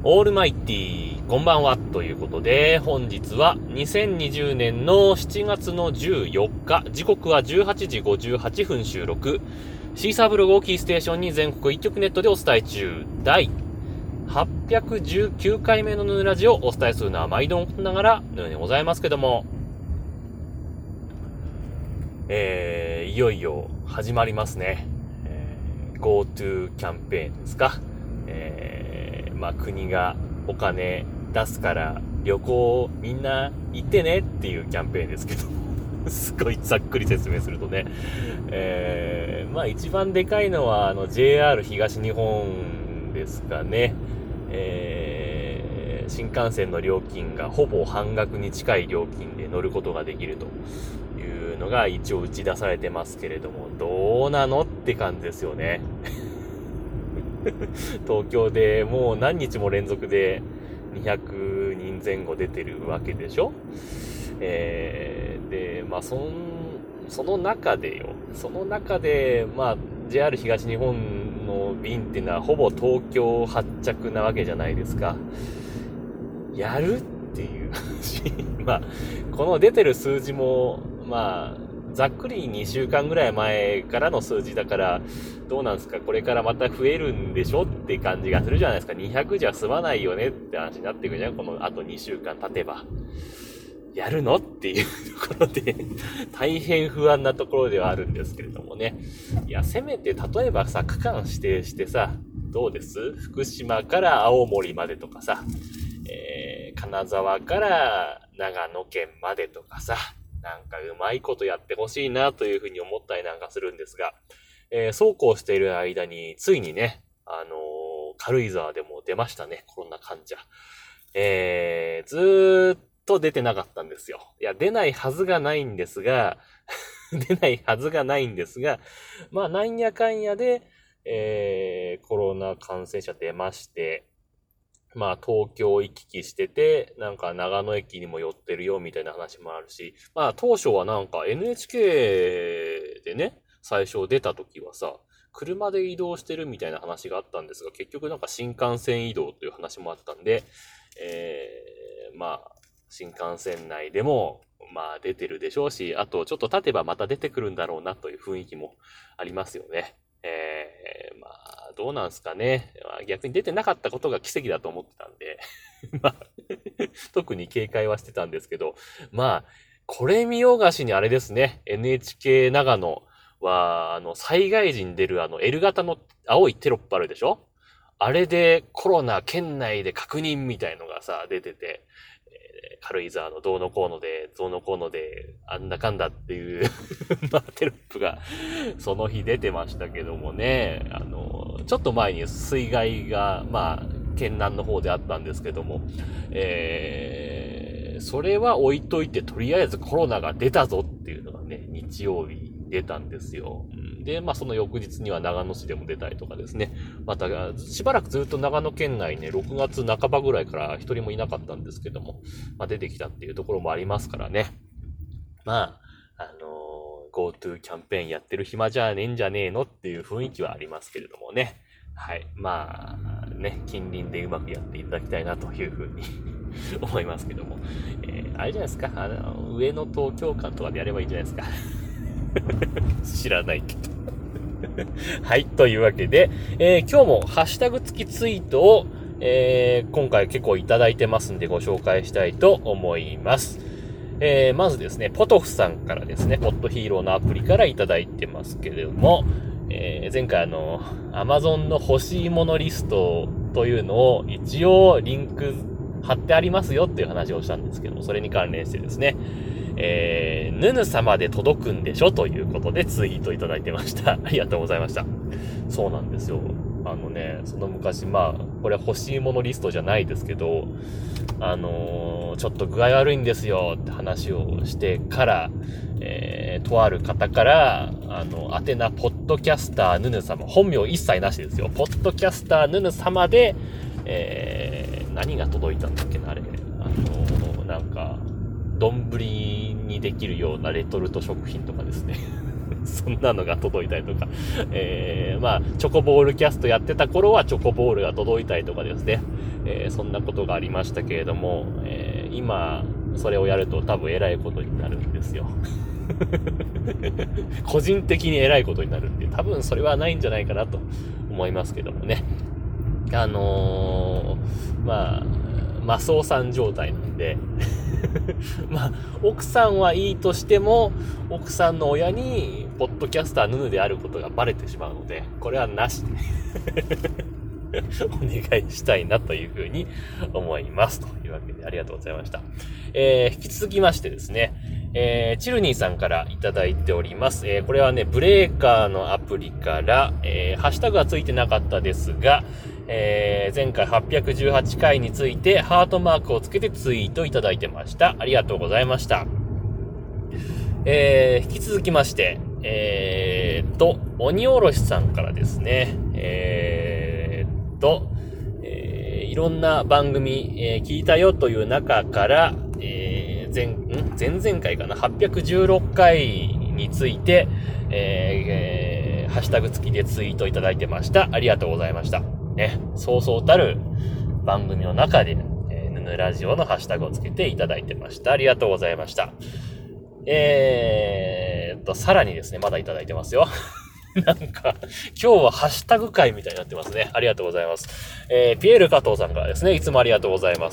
オールマイティーこんばんはということで、本日は2020年の7月の14日、時刻は18時58分収録、シーサーブログをキーステーションに全国一曲ネットでお伝え中、第819回目のヌーラジをお伝えするのは毎度ながらヌーでございますけども、いよいよ始まりますね。GoTo キャンペーンですか。国がお金出すから旅行みんな行ってねっていうキャンペーンですけどすごいざっくり説明するとね、一番でかいのはJR 東日本ですかね。新幹線の料金がほぼ半額に近い料金で乗ることができるというのが一応打ち出されてますけれども、どうなのって感じですよね東京でもう何日も連続で200人前後出てるわけでしょ。その中で、JR 東日本の便っていうのはほぼ東京発着なわけじゃないですか。やるっていうこの出てる数字も、ざっくり2週間ぐらい前からの数字だから、どうなんですか、これからまた増えるんでしょって感じがするじゃないですか。200じゃ済まないよねって話になっていくじゃん、このあと2週間経てば。やるのっていうところで、大変不安なところではあるんですけれどもね。いや、せめて例えばさ、区間指定してさ、どうです？福島から青森までとかさ、金沢から長野県までとかさ、なんかうまいことやってほしいなというふうに思ったりなんかするんですが、そうこうしている間についにね、軽井沢でも出ましたね、コロナ患者。ずーっと出てなかったんですよ。いや、出ないはずがないんですがなんやかんやで、コロナ感染者出まして、東京行き来してて、なんか長野駅にも寄ってるよみたいな話もあるし、当初はなんか NHK でね、最初出た時はさ、車で移動してるみたいな話があったんですが、結局なんか新幹線移動という話もあったんで、新幹線内でも、出てるでしょうし、あとちょっと経てばまた出てくるんだろうなという雰囲気もありますよね。どうなんすかね。逆に出てなかったことが奇跡だと思ってたんで、特に警戒はしてたんですけど、これ見よがしにあれですね、NHK 長野は、災害時に出るL 型の青いテロップあるでしょ？あれでコロナ県内で確認みたいのがさ、出てて、軽井沢のどうのこうので、あんだかんだっていうテロップがその日出てましたけどもね、ちょっと前に水害が、県南の方であったんですけども、それは置いといて、とりあえずコロナが出たぞっていうのがね、日曜日出たんですよ。で、その翌日には長野市でも出たりとかですね。また、しばらくずっと長野県内ね、6月半ばぐらいから一人もいなかったんですけども、出てきたっていうところもありますからね。GoTo キャンペーンやってる暇じゃねえんじゃねえのっていう雰囲気はありますけれどもね。はい。近隣でうまくやっていただきたいなというふうに思いますけども。あれじゃないですか、上野東京間とかでやればいいんじゃないですか。知らないけど。はい。というわけで、今日もハッシュタグ付きツイートを、今回結構いただいてますんでご紹介したいと思います。まずですね、ポトフさんからですね、ポッドヒーローのアプリからいただいてますけれども、前回Amazon の欲しいものリストというのを一応リンク貼ってありますよっていう話をしたんですけども、それに関連してですね、ヌヌ様で届くんでしょということでツイートいただいてました。ありがとうございました。そうなんですよ。その昔、これは欲しいものリストじゃないですけど、ちょっと具合悪いんですよって話をしてから、とある方から、宛名、ポッドキャスターヌヌ様、本名一切なしですよ。ポッドキャスターヌヌ様で、何が届いたんだっけな、あれ。丼にできるようなレトルト食品とかですね。 そんなのが届いたりとか、まあ、チョコボールキャストやってた頃はチョコボールが届いたりとかですね、そんなことがありましたけれども、今、それをやると多分偉いことになるんですよ。個人的に偉いことになるんで、多分それはないんじゃないかなと思いますけどもね。まあ、マスオさん状態なんで、まあ、奥さんはいいとしても、奥さんの親に、ポッドキャスターヌヌであることがバレてしまうので、これはなしでお願いしたいなというふうに思います。というわけでありがとうございました。引き続きましてですね、チルニーさんからいただいております。これはね、ブレーカーのアプリから、ハッシュタグはついてなかったですが、前回818回についてハートマークをつけてツイートいただいてました。ありがとうございました。引き続きまして、鬼おろしさんからですね、いろんな番組、聞いたよという中から、前々回かな、816回について、ハッシュタグ付きでツイートいただいてました。ありがとうございました。ね、そうそうたる番組の中で、ヌヌラジオのハッシュタグをつけていただいてました。ありがとうございました。さらにですね、まだいただいてますよ。なんか、今日はハッシュタグ会みたいになってますね。ありがとうございます。ピエール加藤さんからですね、いつもありがとうございます。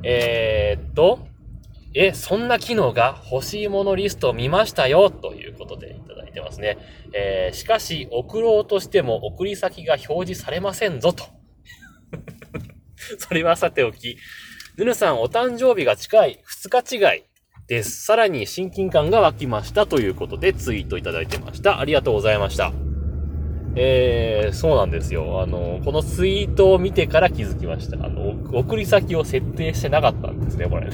そんな機能が欲しいものリストを見ましたよ、ということでいただいてますね。しかし、送ろうとしても送り先が表示されませんぞ、と。それはさておき、ヌヌさんお誕生日が近い、2日違いです。さらに親近感が湧きましたということでツイートいただいてました。ありがとうございました。そうなんですよ。このツイートを見てから気づきました。送り先を設定してなかったんですね、これね。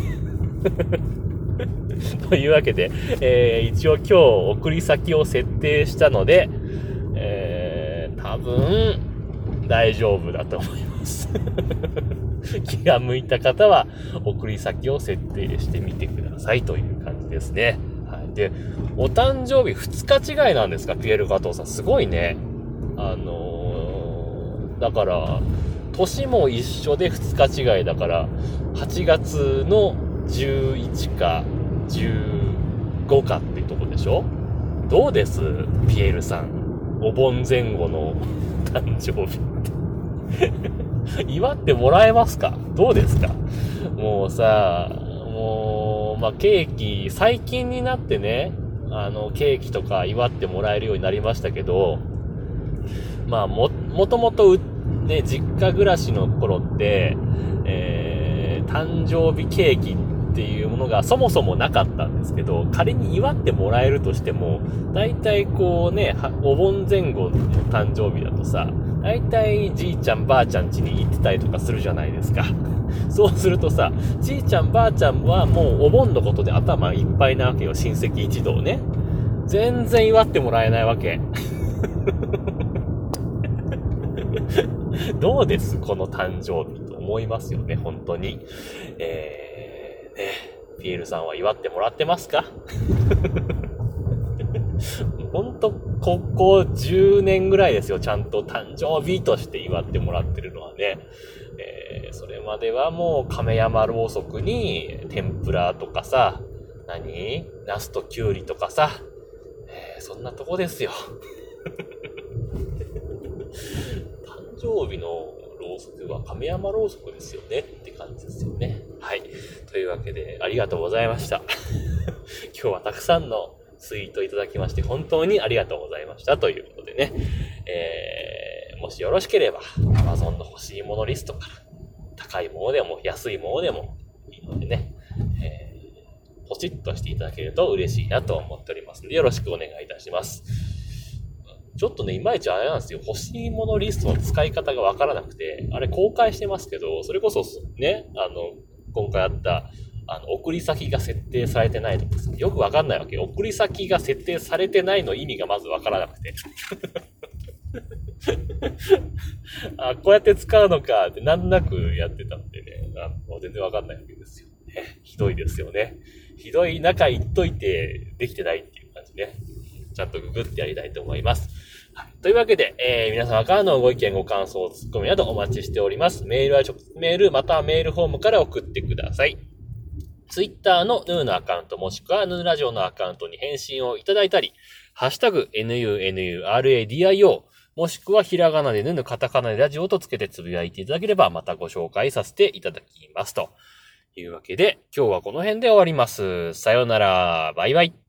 というわけで、一応今日送り先を設定したので、多分大丈夫だと思います。気が向いた方は送り先を設定してみてくださいという感じですね。はい。で、お誕生日2日違いなんですか、ピエール加藤さん。すごいね。だから、年も一緒で2日違いだから、8月の11か15かっていうとこでしょ？どうですピエールさん。お盆前後の誕生日って。祝ってもらえますか？どうですか？もうさ、まあ、ケーキ、最近になってね、ケーキとか祝ってもらえるようになりましたけど、まあ、もともとね、実家暮らしの頃って、誕生日ケーキっていうものがそもそもなかったんですけど、仮に祝ってもらえるとしても、大体こうね、お盆前後の誕生日だとさ、大体じいちゃんばあちゃん家に行ってたりとかするじゃないですか。そうするとさ、じいちゃんばあちゃんはもうお盆のことで頭いっぱいなわけよ、親戚一同ね。全然祝ってもらえないわけ。どうですこの誕生日と思いますよね、本当に。ピエールさんは祝ってもらってますか？本当ここ10年ぐらいですよ、ちゃんと誕生日として祝ってもらってるのはね。それまではもう亀山ろうそくに天ぷらとかさ、ナスとキュウリとかさ、そんなとこですよ。誕生日のろうそくは亀山ろうそくですよねって感じですよね。はい。というわけでありがとうございました。今日はたくさんのツイートいただきまして本当にありがとうございましたということでね、もしよろしければ Amazon の欲しいものリストから高いものでも安いものでもいいのでね、ポチッとしていただけると嬉しいなと思っておりますのでよろしくお願いいたします。ちょっとね、いまいちあれなんですよ。欲しいものリストの使い方がわからなくて、あれ公開してますけど、それこそね、今回あった、送り先が設定されてないとか、よくわかんないわけ。送り先が設定されてないの意味がまずわからなくて。あ、こうやって使うのかってなんとなくやってたんでね、全然わかんないわけですよ。ひどいですよね。ひどい中言っといてできてないっていう感じね。 ちゃんとググってやりたいと思います。はい、というわけで、皆様からのご意見、ご感想、ツッコミなどお待ちしております。メールはメール、またはメールフォームから送ってください。ツイッターのヌーのアカウント、もしくはヌーラジオのアカウントに返信をいただいたり、ハッシュタグ NUNURADIO、もしくはひらがなでヌーのカタカナでラジオとつけてつぶやいていただければ、またご紹介させていただきます。というわけで、今日はこの辺で終わります。さようなら、バイバイ。